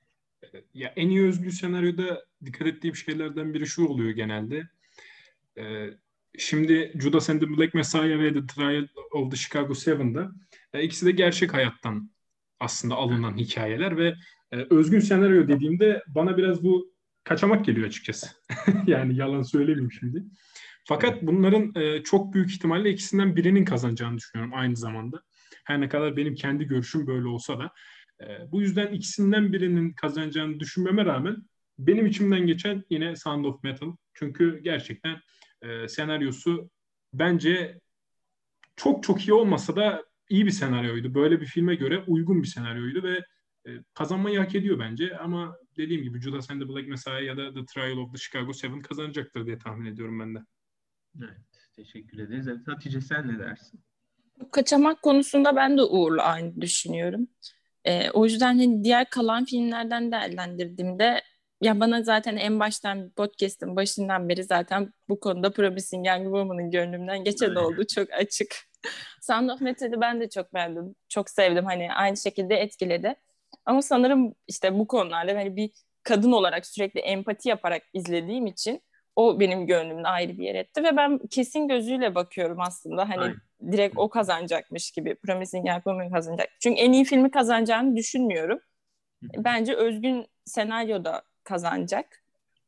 Ya en iyi özgür senaryoda dikkat ettiğim şeylerden biri şu oluyor genelde. Ee, şimdi Judas and the Black Messiah ve The Trial of the Chicago Seven'da e, ikisi de gerçek hayattan aslında alınan hikayeler ve e, özgün senaryo dediğimde bana biraz bu kaçamak geliyor açıkçası. Yani yalan söylemeyeyim şimdi. Fakat bunların e, çok büyük ihtimalle ikisinden birinin kazanacağını düşünüyorum aynı zamanda. Her ne kadar benim kendi görüşüm böyle olsa da. E, bu yüzden ikisinden birinin kazanacağını düşünmeme rağmen benim içimden geçen yine Sound of Metal. Çünkü gerçekten e, senaryosu bence çok çok iyi olmasa da iyi bir senaryoydu. Böyle bir filme göre uygun bir senaryoydu ve e, kazanmayı hak ediyor bence. Ama dediğim gibi Judas and the Black Messiah ya da The Trial of the Chicago Seven kazanacaktır diye tahmin ediyorum ben de. Evet, teşekkür ederiz. Evet, Hatice sen ne dersin? Bu kaçamak konusunda ben de Uğur'la aynı düşünüyorum. Ee, o yüzden hani diğer kalan filmlerden değerlendirdiğimde ya bana zaten en baştan podcast'ın başından beri zaten bu konuda Promising Young Woman'ın gönlümden geçen Evet. olduğu çok açık. Sound of Metal'i ben de çok beğendim. Çok sevdim. Hani aynı şekilde etkiledi. Ama sanırım işte bu konularda hani bir kadın olarak sürekli empati yaparak izlediğim için o benim gönlümde ayrı bir yer etti ve ben kesin gözüyle bakıyorum aslında. Hani Aynen. direkt o kazanacakmış gibi. Promising Young Woman kazanacak. Çünkü en iyi filmi kazanacağını düşünmüyorum. Bence özgün senaryo da kazanacak.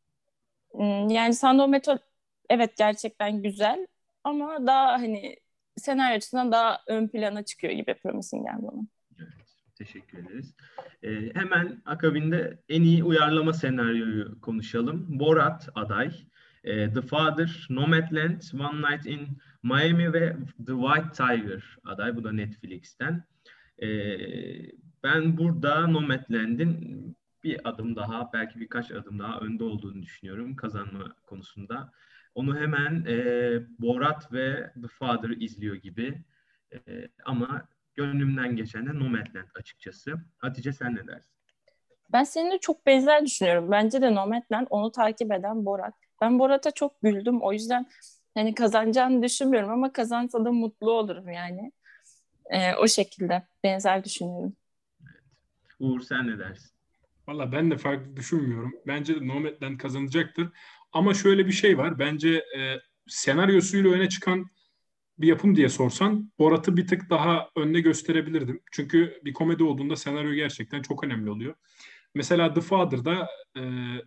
Hmm, Yani Sound of Metal evet gerçekten güzel ama daha hani senaryo açısından daha ön plana çıkıyor gibi Promising Young Woman. Evet, teşekkür ederiz. Ee, hemen akabinde en iyi uyarlama senaryoyu konuşalım. Borat aday. Ee, The Father, Nomadland, One Night in Miami ve The White Tiger aday. Bu da Netflix'ten. Ee, ben burada Nomadland'in bir adım daha, belki birkaç adım daha önde olduğunu düşünüyorum kazanma konusunda. Onu hemen e, Borat ve The Father izliyor gibi. E, ama gönlümden geçen de Nomadland açıkçası. Hatice sen ne dersin? Ben seninle çok benzer düşünüyorum. Bence de Nomadland onu takip eden Borat. Ben Borat'a çok güldüm. O yüzden hani kazanacağını düşünmüyorum ama kazansa da mutlu olurum yani. Ee, o şekilde benzer düşünüyorum. Uğur sen ne dersin? Valla ben de farklı düşünmüyorum. Bence de Nomadland kazanacaktır. Ama şöyle bir şey var. Bence e, senaryosuyla öne çıkan bir yapım diye sorsan Borat'ı bir tık daha önde gösterebilirdim. Çünkü bir komedi olduğunda senaryo gerçekten çok önemli oluyor. Mesela The Father'da e,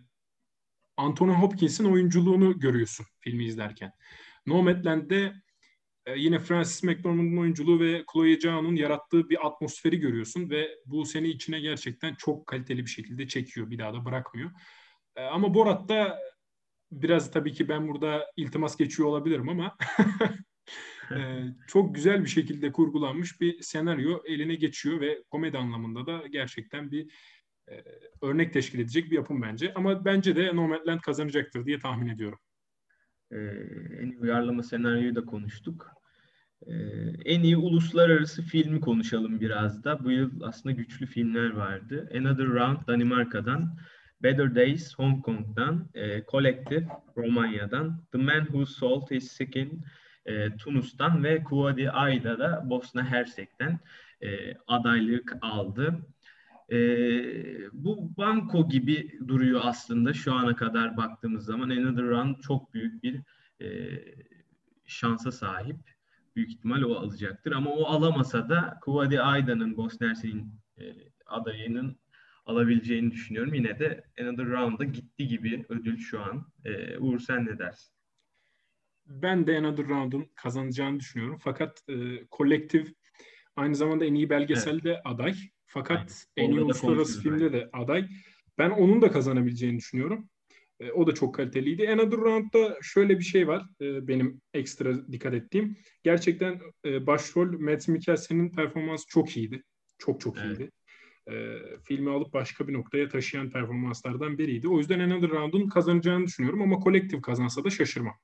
Anthony Hopkins'in oyunculuğunu görüyorsun filmi izlerken. Nomadland'de e, yine Frances McDormand'ın oyunculuğu ve Chloe Zhao'nun yarattığı bir atmosferi görüyorsun ve bu seni içine gerçekten çok kaliteli bir şekilde çekiyor. Bir daha da bırakmıyor. E, ama Borat'ta biraz tabii ki ben burada iltimas geçiyor olabilirim ama e, çok güzel bir şekilde kurgulanmış bir senaryo eline geçiyor ve komedi anlamında da gerçekten bir e, örnek teşkil edecek bir yapım bence. Ama bence de Nomadland kazanacaktır diye tahmin ediyorum. Ee, en iyi uyarlama senaryoyu da konuştuk. Ee, en iyi uluslararası filmi konuşalım biraz da. Bu yıl aslında güçlü filmler vardı. Another Round Danimarka'dan, Better Days Hong Kong'dan, e, Collective Romanya'dan, The Man Who Sold His Skin e, Tunus'tan ve Kuadi Ayda da Bosna Hersek'ten. e, adaylık aldı. E, Bu banko gibi duruyor aslında şu ana kadar baktığımız zaman. Another Round çok büyük bir e, şansa sahip. Büyük ihtimal o alacaktır. Ama o alamasa da Kuvadi Ayda'nın, Bosna Hersek'in e, adayının alabileceğini düşünüyorum. Yine de Another Round'a gitti gibi ödül şu an. E, Uğur sen ne dersin? Ben de Another Round'un kazanacağını düşünüyorum. Fakat e, kolektif aynı zamanda en iyi belgesel Evet. de aday. Fakat Aynen. en iyi Orada da uluslararası konuşuruz filmde bence. de aday. Ben onun da kazanabileceğini düşünüyorum. E, o da çok kaliteliydi. Another Round'da şöyle bir şey var. E, benim ekstra dikkat ettiğim. Gerçekten e, başrol Mads Mikkelsen'in performansı çok iyiydi. Çok çok Evet. iyiydi. E, filmi alıp başka bir noktaya taşıyan performanslardan biriydi. O yüzden Another Round'un kazanacağını düşünüyorum ama kolektif kazansa da şaşırmam.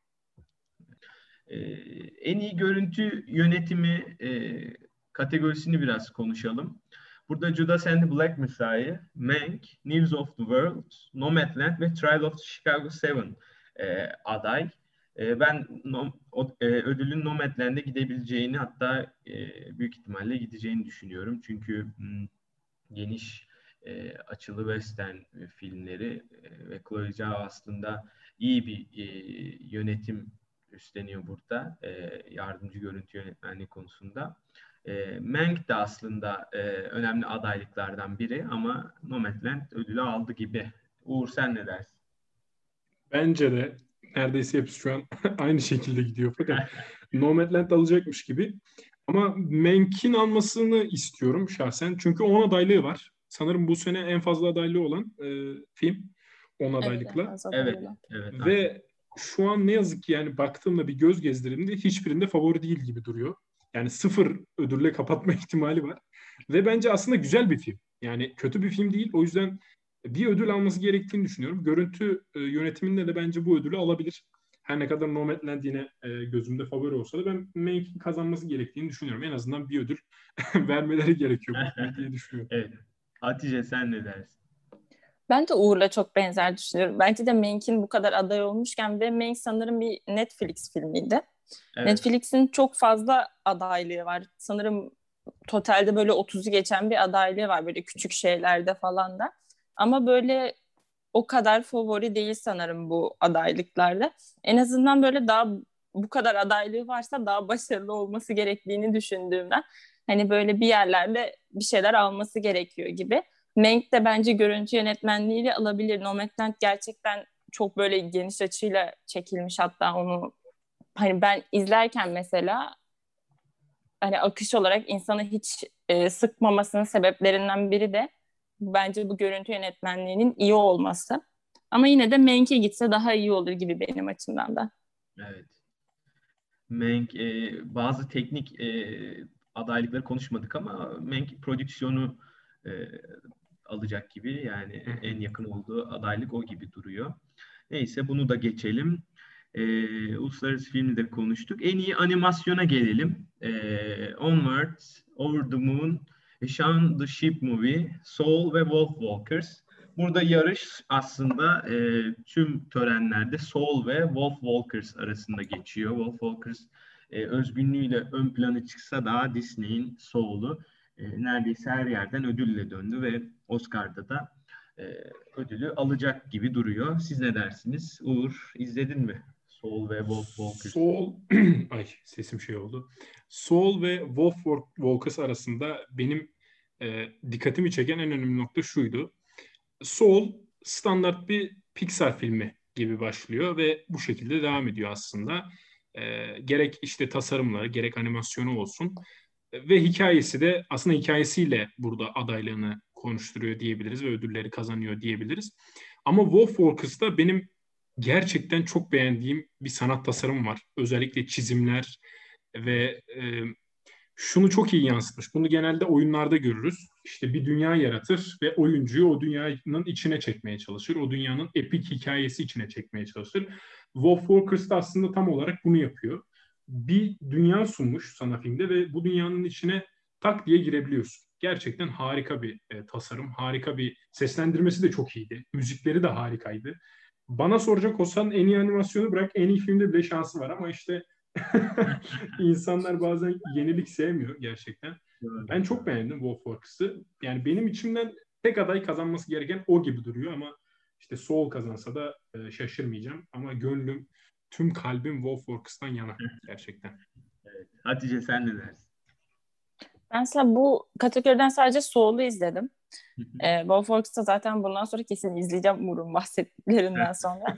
Ee, En iyi görüntü yönetimi e, kategorisini biraz konuşalım. Burada Judas and the Black Messiah, Mank, News of the World, Nomadland ve Trial of Chicago seven e, aday. E, ben no, o, e, ödülün Nomadland'e gidebileceğini, hatta e, büyük ihtimalle gideceğini düşünüyorum. Çünkü m, geniş e, açılı western filmleri e, ve Chloe Zhao aslında iyi bir e, yönetim üstleniyor burada. E, yardımcı görüntü yönetmenliği konusunda. E, Mank de aslında e, önemli adaylıklardan biri ama Nomadland ödülü aldı gibi. Uğur sen ne dersin? Bence de neredeyse hepsi şu an aynı şekilde gidiyor. Fakat Nomadland alacakmış gibi. Ama Mank'in almasını istiyorum şahsen. Çünkü on adaylığı var. Sanırım bu sene en fazla adaylığı olan e, film. on Evet, en adaylıkla. fazla Evet, adaylı. evet, aynen. Ve şu an ne yazık ki yani baktığımda bir göz gezdirimde hiçbirinde favori değil gibi duruyor. Yani sıfır ödülle kapatma ihtimali var. Ve bence aslında güzel bir film. Yani kötü bir film değil. O yüzden bir ödül alması gerektiğini düşünüyorum. Görüntü e, yönetiminde de bence bu ödülü alabilir. Her ne kadar Nomadland yine e, gözümde favori olsa da ben Mank'in kazanması gerektiğini düşünüyorum. En azından bir ödül vermeleri gerekiyor bu filme diye düşünüyorum. Evet. Hatice sen ne dersin? Ben de Uğur'la çok benzer düşünüyorum. Bence de Mank'in bu kadar aday olmuşken ve Mank sanırım bir Netflix filmiydi. Evet. Netflix'in çok fazla adaylığı var. Sanırım totalde böyle otuzu geçen bir adaylığı var böyle küçük şeylerde falan da. Ama böyle o kadar favori değil sanırım bu adaylıklarda. En azından böyle daha bu kadar adaylığı varsa daha başarılı olması gerektiğini düşündüğümden hani böyle bir yerlerde bir şeyler alması gerekiyor gibi. Mank de bence görüntü yönetmenliğiyle alabilir. Nomadland gerçekten çok böyle geniş açıyla çekilmiş, hatta onu hani ben izlerken mesela hani akış olarak insanı hiç e, sıkmamasının sebeplerinden biri de bence bu görüntü yönetmenliğinin iyi olması. Ama yine de Mank'e gitse daha iyi olur gibi benim açımdan da. Evet. Mank e, bazı teknik e, adaylıkları konuşmadık ama Mank prodüksiyonu e, alacak gibi, yani Hı hı. en yakın olduğu adaylık o gibi duruyor. Neyse bunu da geçelim. E, uluslararası filmleri konuştuk. En iyi animasyona gelelim. E, Onward, Over the Moon, Shaun the Sheep Movie, Soul ve Wolf Walkers. Burada yarış aslında e, tüm törenlerde Soul ve Wolf Walkers arasında geçiyor. Wolf Walkers e, özgünlüğüyle ön plana çıksa da Disney'in Soul'u e, neredeyse her yerden ödülle döndü ve Oscar'da da e, ödülü alacak gibi duruyor. Siz ne dersiniz? Uğur, izledin mi Soul ve Wolf Walkers? Soul, ay sesim şey oldu. Soul ve Wolf Walkers arasında benim e, dikkatimi çeken en önemli nokta şuydu. Soul standart bir Pixar filmi gibi başlıyor ve bu şekilde devam ediyor aslında. E, gerek işte tasarımları, gerek animasyonu olsun. E, ve hikayesi de aslında hikayesiyle burada adaylığını konuşturuyor diyebiliriz ve ödülleri kazanıyor diyebiliriz. Ama Wolf Walkers'ta benim gerçekten çok beğendiğim bir sanat tasarımı var. Özellikle çizimler ve e, şunu çok iyi yansıtmış. Bunu genelde oyunlarda görürüz. İşte bir dünya yaratır ve oyuncuyu o dünyanın içine çekmeye çalışır. O dünyanın epik hikayesi içine çekmeye çalışır. Wolf Walkers da aslında tam olarak bunu yapıyor. Bir dünya sunmuş sana filmde ve bu dünyanın içine tak diye girebiliyorsun. Gerçekten harika bir e, tasarım, harika bir seslendirmesi de çok iyiydi. Müzikleri de harikaydı. Bana soracak olsan en iyi animasyonu bırak, en iyi filmde bile şansı var ama işte İnsanlar bazen yenilik sevmiyor gerçekten. Ben çok beğendim Wolfworks'ı. Yani benim içimden tek aday kazanması gereken o gibi duruyor ama işte Soul kazansa da e, şaşırmayacağım. Ama gönlüm, tüm kalbim Wolfworks'tan yana gerçekten. Evet. Hatice sen ne dersin? Ben mesela bu kategoriden sadece Soul'u izledim. Ee, Wolfworks'ta zaten bundan sonra kesin izleyeceğim Umur'un bahsettiklerinden sonra.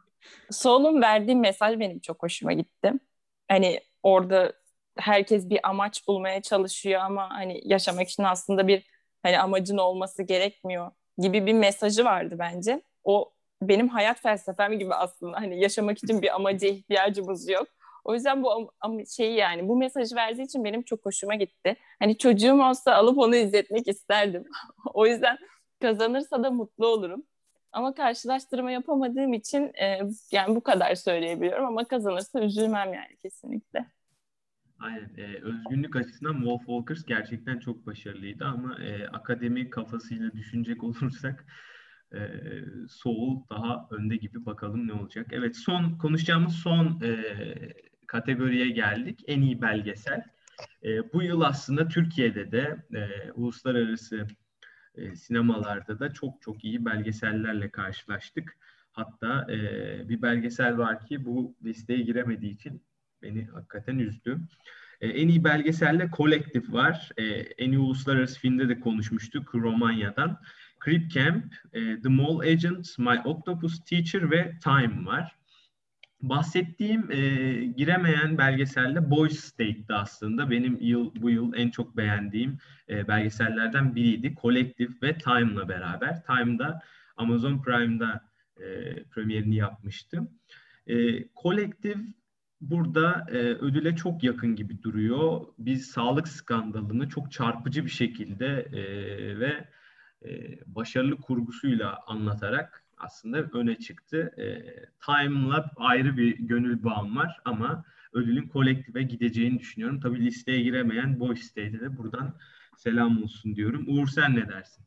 Soul'un verdiği mesaj benim çok hoşuma gitti. Hani orada herkes bir amaç bulmaya çalışıyor ama hani yaşamak için aslında bir hani amacın olması gerekmiyor gibi bir mesajı vardı bence. O benim hayat felsefem gibi aslında. Hani yaşamak için bir amaca ihtiyacımız yok. O yüzden bu am- am- şeyi yani bu mesajı verdiği için benim çok hoşuma gitti. Hani çocuğum olsa alıp onu izletmek isterdim. O yüzden kazanırsa da mutlu olurum. Ama karşılaştırma yapamadığım için e, yani bu kadar söyleyebiliyorum ama kazanırsa üzülmem yani kesinlikle. Aynen. Ee, özgünlük açısından Wolf Walkers gerçekten çok başarılıydı ama e, akademi kafasıyla düşünecek olursak e, Soul daha önde gibi, bakalım ne olacak. Evet, son konuşacağımız son e, kategoriye geldik. En iyi belgesel. E, bu yıl aslında Türkiye'de de e, uluslararası e, sinemalarda da çok çok iyi belgesellerle karşılaştık. Hatta e, bir belgesel var ki bu listeye giremediği için beni hakikaten üzdü. E, en iyi belgeselde Collective var. E, en iyi uluslararası filmde de konuşmuştuk Romanya'dan. Crip Camp, e, The Mole Agents, My Octopus Teacher ve Time var. Bahsettiğim e, giremeyen belgeselde Boys State'di aslında. Benim yıl bu yıl en çok beğendiğim e, belgesellerden biriydi. Collective ve Time'la beraber. Time'da Amazon Prime'da e, premierini yapmıştı. E, Collective burada e, ödüle çok yakın gibi duruyor. Bir sağlık skandalını çok çarpıcı bir şekilde e, ve e, başarılı kurgusuyla anlatarak aslında öne çıktı. E, Time'la ayrı bir gönül bağım var ama ödülün kolektife gideceğini düşünüyorum. Tabii listeye giremeyen Boş State'e de buradan selam olsun diyorum. Uğur, sen ne dersin?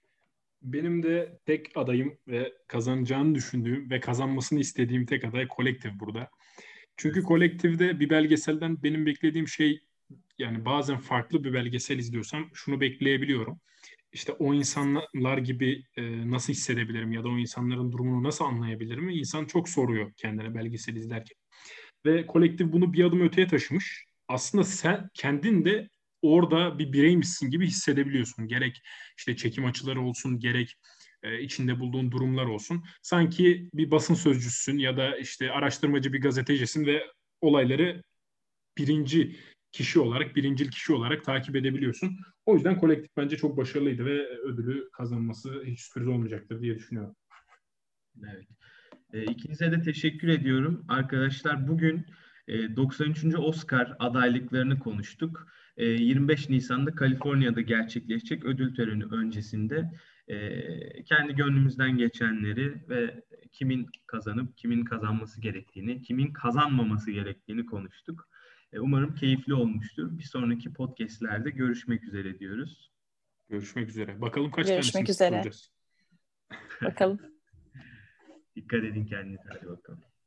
Benim de tek adayım ve kazanacağını düşündüğüm ve kazanmasını istediğim tek aday Kolektif burada. Çünkü Kolektif'de bir belgeselden benim beklediğim şey, yani bazen farklı bir belgesel izliyorsam şunu bekleyebiliyorum. İşte o insanlar gibi e, nasıl hissedebilirim ya da o insanların durumunu nasıl anlayabilirim? İnsan çok soruyor kendine belgesel izlerken. Ve Kolektif bunu bir adım öteye taşımış. Aslında sen kendin de orada bir bireymişsin gibi hissedebiliyorsun. Gerek işte çekim açıları olsun, gerek e, içinde bulduğun durumlar olsun. Sanki bir basın sözcüsün ya da işte araştırmacı bir gazetecisin ve olayları birinci kişi olarak, birincil kişi olarak takip edebiliyorsun. O yüzden Kolektif bence çok başarılıydı ve ödülü kazanması hiç sürpriz olmayacaktır diye düşünüyorum. Evet. E, ikinize de teşekkür ediyorum. Arkadaşlar, bugün e, doksan üçüncü. Oscar adaylıklarını konuştuk. E, yirmi beş Nisan'da Kaliforniya'da gerçekleşecek ödül töreni öncesinde e, kendi gönlümüzden geçenleri ve kimin kazanıp kimin kazanması gerektiğini, kimin kazanmaması gerektiğini konuştuk. E, umarım keyifli olmuştur. Bir sonraki podcastlerde görüşmek üzere diyoruz. Görüşmek üzere. Bakalım kaç tanesini Görüşmek üzere. tutturacağız. Bakalım. Dikkat edin kendinize. Hadi bakalım.